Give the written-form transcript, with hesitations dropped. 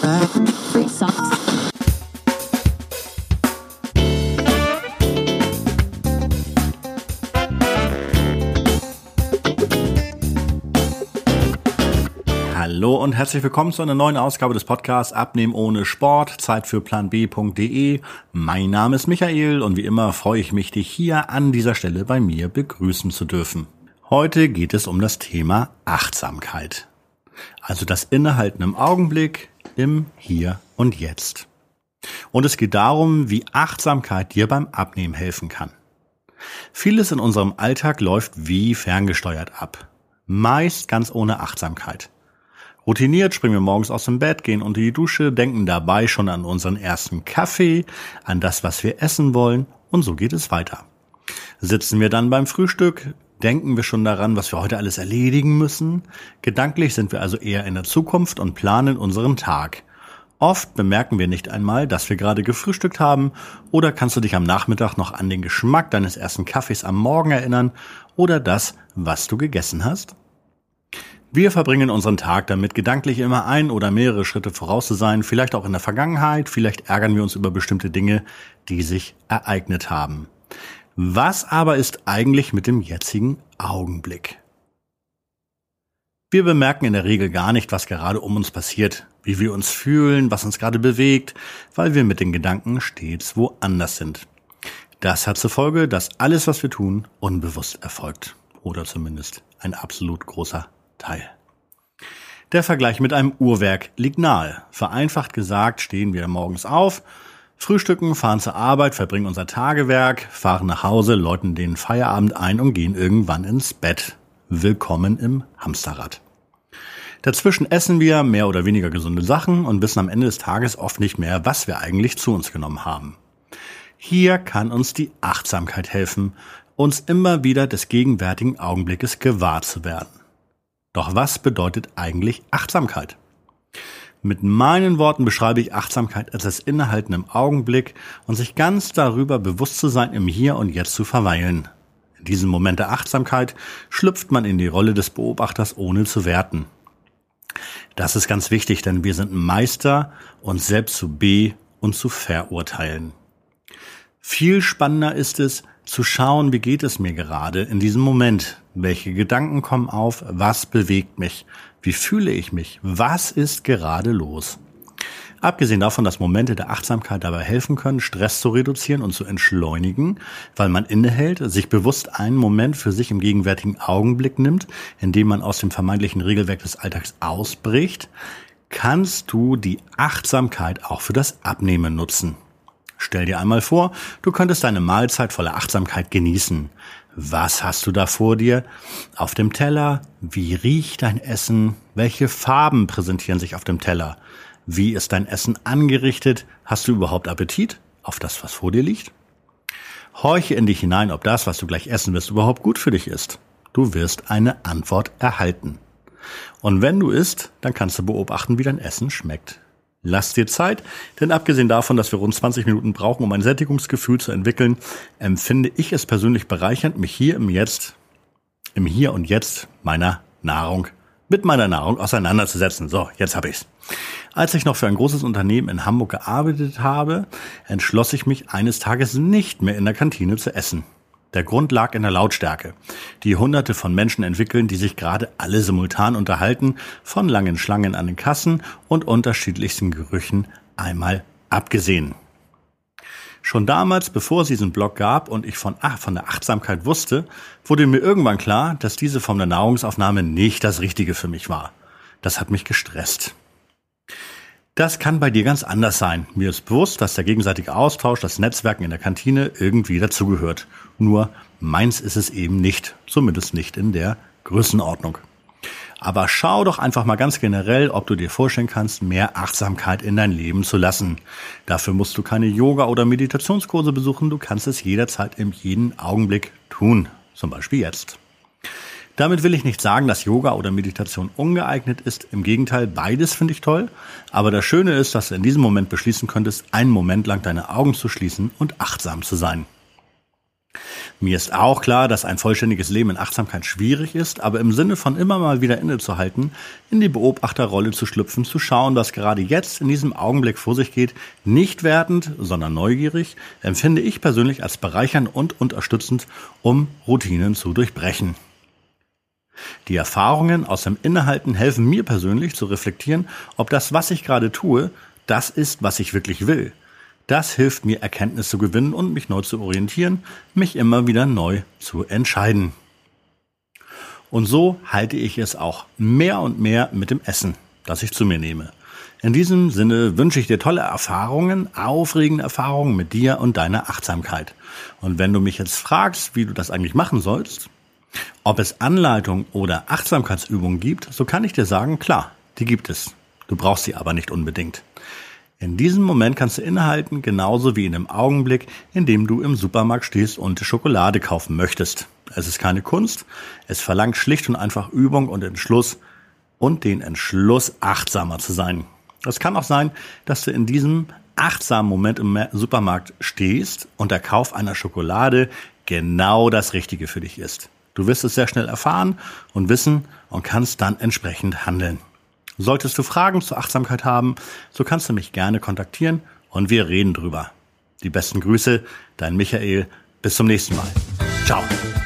Hallo und herzlich willkommen zu einer neuen Ausgabe des Podcasts Abnehmen ohne Sport, Zeit für planb.de. Mein Name ist Michael und wie immer freue ich mich, dich hier an dieser Stelle bei mir begrüßen zu dürfen. Heute geht es um das Thema Achtsamkeit. Also das Innehalten im Augenblick, im Hier und Jetzt. Und es geht darum, wie Achtsamkeit dir beim Abnehmen helfen kann. Vieles in unserem Alltag läuft wie ferngesteuert ab. Meist ganz ohne Achtsamkeit. Routiniert springen wir morgens aus dem Bett, gehen unter die Dusche, denken dabei schon an unseren ersten Kaffee, an das, was wir essen wollen, und so geht es weiter. Sitzen wir dann beim Frühstück, denken wir schon daran, was wir heute alles erledigen müssen. Gedanklich sind wir also eher in der Zukunft und planen unseren Tag. Oft bemerken wir nicht einmal, dass wir gerade gefrühstückt haben, oder kannst du dich am Nachmittag noch an den Geschmack deines ersten Kaffees am Morgen erinnern oder das, was du gegessen hast? Wir verbringen unseren Tag damit, gedanklich immer ein oder mehrere Schritte voraus zu sein, vielleicht auch in der Vergangenheit, vielleicht ärgern wir uns über bestimmte Dinge, die sich ereignet haben. Was aber ist eigentlich mit dem jetzigen Augenblick? Wir bemerken in der Regel gar nicht, was gerade um uns passiert, wie wir uns fühlen, was uns gerade bewegt, weil wir mit den Gedanken stets woanders sind. Das hat zur Folge, dass alles, was wir tun, unbewusst erfolgt. Oder zumindest ein absolut großer Teil. Der Vergleich mit einem Uhrwerk liegt nahe. Vereinfacht gesagt stehen wir morgens auf, frühstücken, fahren zur Arbeit, verbringen unser Tagewerk, fahren nach Hause, läuten den Feierabend ein und gehen irgendwann ins Bett. Willkommen im Hamsterrad. Dazwischen essen wir mehr oder weniger gesunde Sachen und wissen am Ende des Tages oft nicht mehr, was wir eigentlich zu uns genommen haben. Hier kann uns die Achtsamkeit helfen, uns immer wieder des gegenwärtigen Augenblickes gewahr zu werden. Doch was bedeutet eigentlich Achtsamkeit? Mit meinen Worten beschreibe ich Achtsamkeit als das Innehalten im Augenblick und sich ganz darüber bewusst zu sein, im Hier und Jetzt zu verweilen. In diesem Moment der Achtsamkeit schlüpft man in die Rolle des Beobachters, ohne zu werten. Das ist ganz wichtig, denn wir sind Meister, uns selbst zu und zu verurteilen. Viel spannender ist es, zu schauen, wie geht es mir gerade in diesem Moment? Welche Gedanken kommen auf? Was bewegt mich? Wie fühle ich mich? Was ist gerade los? Abgesehen davon, dass Momente der Achtsamkeit dabei helfen können, Stress zu reduzieren und zu entschleunigen, weil man innehält, sich bewusst einen Moment für sich im gegenwärtigen Augenblick nimmt, indem man aus dem vermeintlichen Regelwerk des Alltags ausbricht, kannst du die Achtsamkeit auch für das Abnehmen nutzen. Stell dir einmal vor, du könntest deine Mahlzeit voller Achtsamkeit genießen. Was hast du da vor dir? Auf dem Teller? Wie riecht dein Essen? Welche Farben präsentieren sich auf dem Teller? Wie ist dein Essen angerichtet? Hast du überhaupt Appetit auf das, was vor dir liegt? Horche in dich hinein, ob das, was du gleich essen wirst, überhaupt gut für dich ist. Du wirst eine Antwort erhalten. Und wenn du isst, dann kannst du beobachten, wie dein Essen schmeckt. Lass dir Zeit, denn abgesehen davon, dass wir rund 20 Minuten brauchen, um ein Sättigungsgefühl zu entwickeln, empfinde ich es persönlich bereichernd, mich hier im Hier und Jetzt mit meiner Nahrung auseinanderzusetzen. So, jetzt habe ich's. Als ich noch für ein großes Unternehmen in Hamburg gearbeitet habe, entschloss ich mich eines Tages nicht mehr in der Kantine zu essen. Der Grund lag in der Lautstärke, die Hunderte von Menschen entwickeln, die sich gerade alle simultan unterhalten, von langen Schlangen an den Kassen und unterschiedlichsten Gerüchen einmal abgesehen. Schon damals, bevor es diesen Blog gab und ich von der Achtsamkeit wusste, wurde mir irgendwann klar, dass diese Form der Nahrungsaufnahme nicht das Richtige für mich war. Das hat mich gestresst. Das kann bei dir ganz anders sein. Mir ist bewusst, dass der gegenseitige Austausch, das Netzwerken in der Kantine irgendwie dazugehört. Nur meins ist es eben nicht, zumindest nicht in der Größenordnung. Aber schau doch einfach mal ganz generell, ob du dir vorstellen kannst, mehr Achtsamkeit in dein Leben zu lassen. Dafür musst du keine Yoga- oder Meditationskurse besuchen, du kannst es jederzeit in jedem Augenblick tun, zum Beispiel jetzt. Damit will ich nicht sagen, dass Yoga oder Meditation ungeeignet ist. Im Gegenteil, beides finde ich toll. Aber das Schöne ist, dass du in diesem Moment beschließen könntest, einen Moment lang deine Augen zu schließen und achtsam zu sein. Mir ist auch klar, dass ein vollständiges Leben in Achtsamkeit schwierig ist, aber im Sinne von immer mal wieder innezuhalten, in die Beobachterrolle zu schlüpfen, zu schauen, was gerade jetzt in diesem Augenblick vor sich geht, nicht wertend, sondern neugierig, empfinde ich persönlich als bereichernd und unterstützend, um Routinen zu durchbrechen. Die Erfahrungen aus dem Innehalten helfen mir persönlich zu reflektieren, ob das, was ich gerade tue, das ist, was ich wirklich will. Das hilft mir, Erkenntnis zu gewinnen und mich neu zu orientieren, mich immer wieder neu zu entscheiden. Und so halte ich es auch mehr und mehr mit dem Essen, das ich zu mir nehme. In diesem Sinne wünsche ich dir tolle Erfahrungen, aufregende Erfahrungen mit dir und deiner Achtsamkeit. Und wenn du mich jetzt fragst, wie du das eigentlich machen sollst, ob es Anleitungen oder Achtsamkeitsübungen gibt, so kann ich dir sagen, klar, die gibt es. Du brauchst sie aber nicht unbedingt. In diesem Moment kannst du innehalten, genauso wie in dem Augenblick, in dem du im Supermarkt stehst und Schokolade kaufen möchtest. Es ist keine Kunst, es verlangt schlicht und einfach Übung und Entschluss und den Entschluss, achtsamer zu sein. Es kann auch sein, dass du in diesem achtsamen Moment im Supermarkt stehst und der Kauf einer Schokolade genau das Richtige für dich ist. Du wirst es sehr schnell erfahren und wissen und kannst dann entsprechend handeln. Solltest du Fragen zur Achtsamkeit haben, so kannst du mich gerne kontaktieren und wir reden drüber. Die besten Grüße, dein Michael. Bis zum nächsten Mal. Ciao.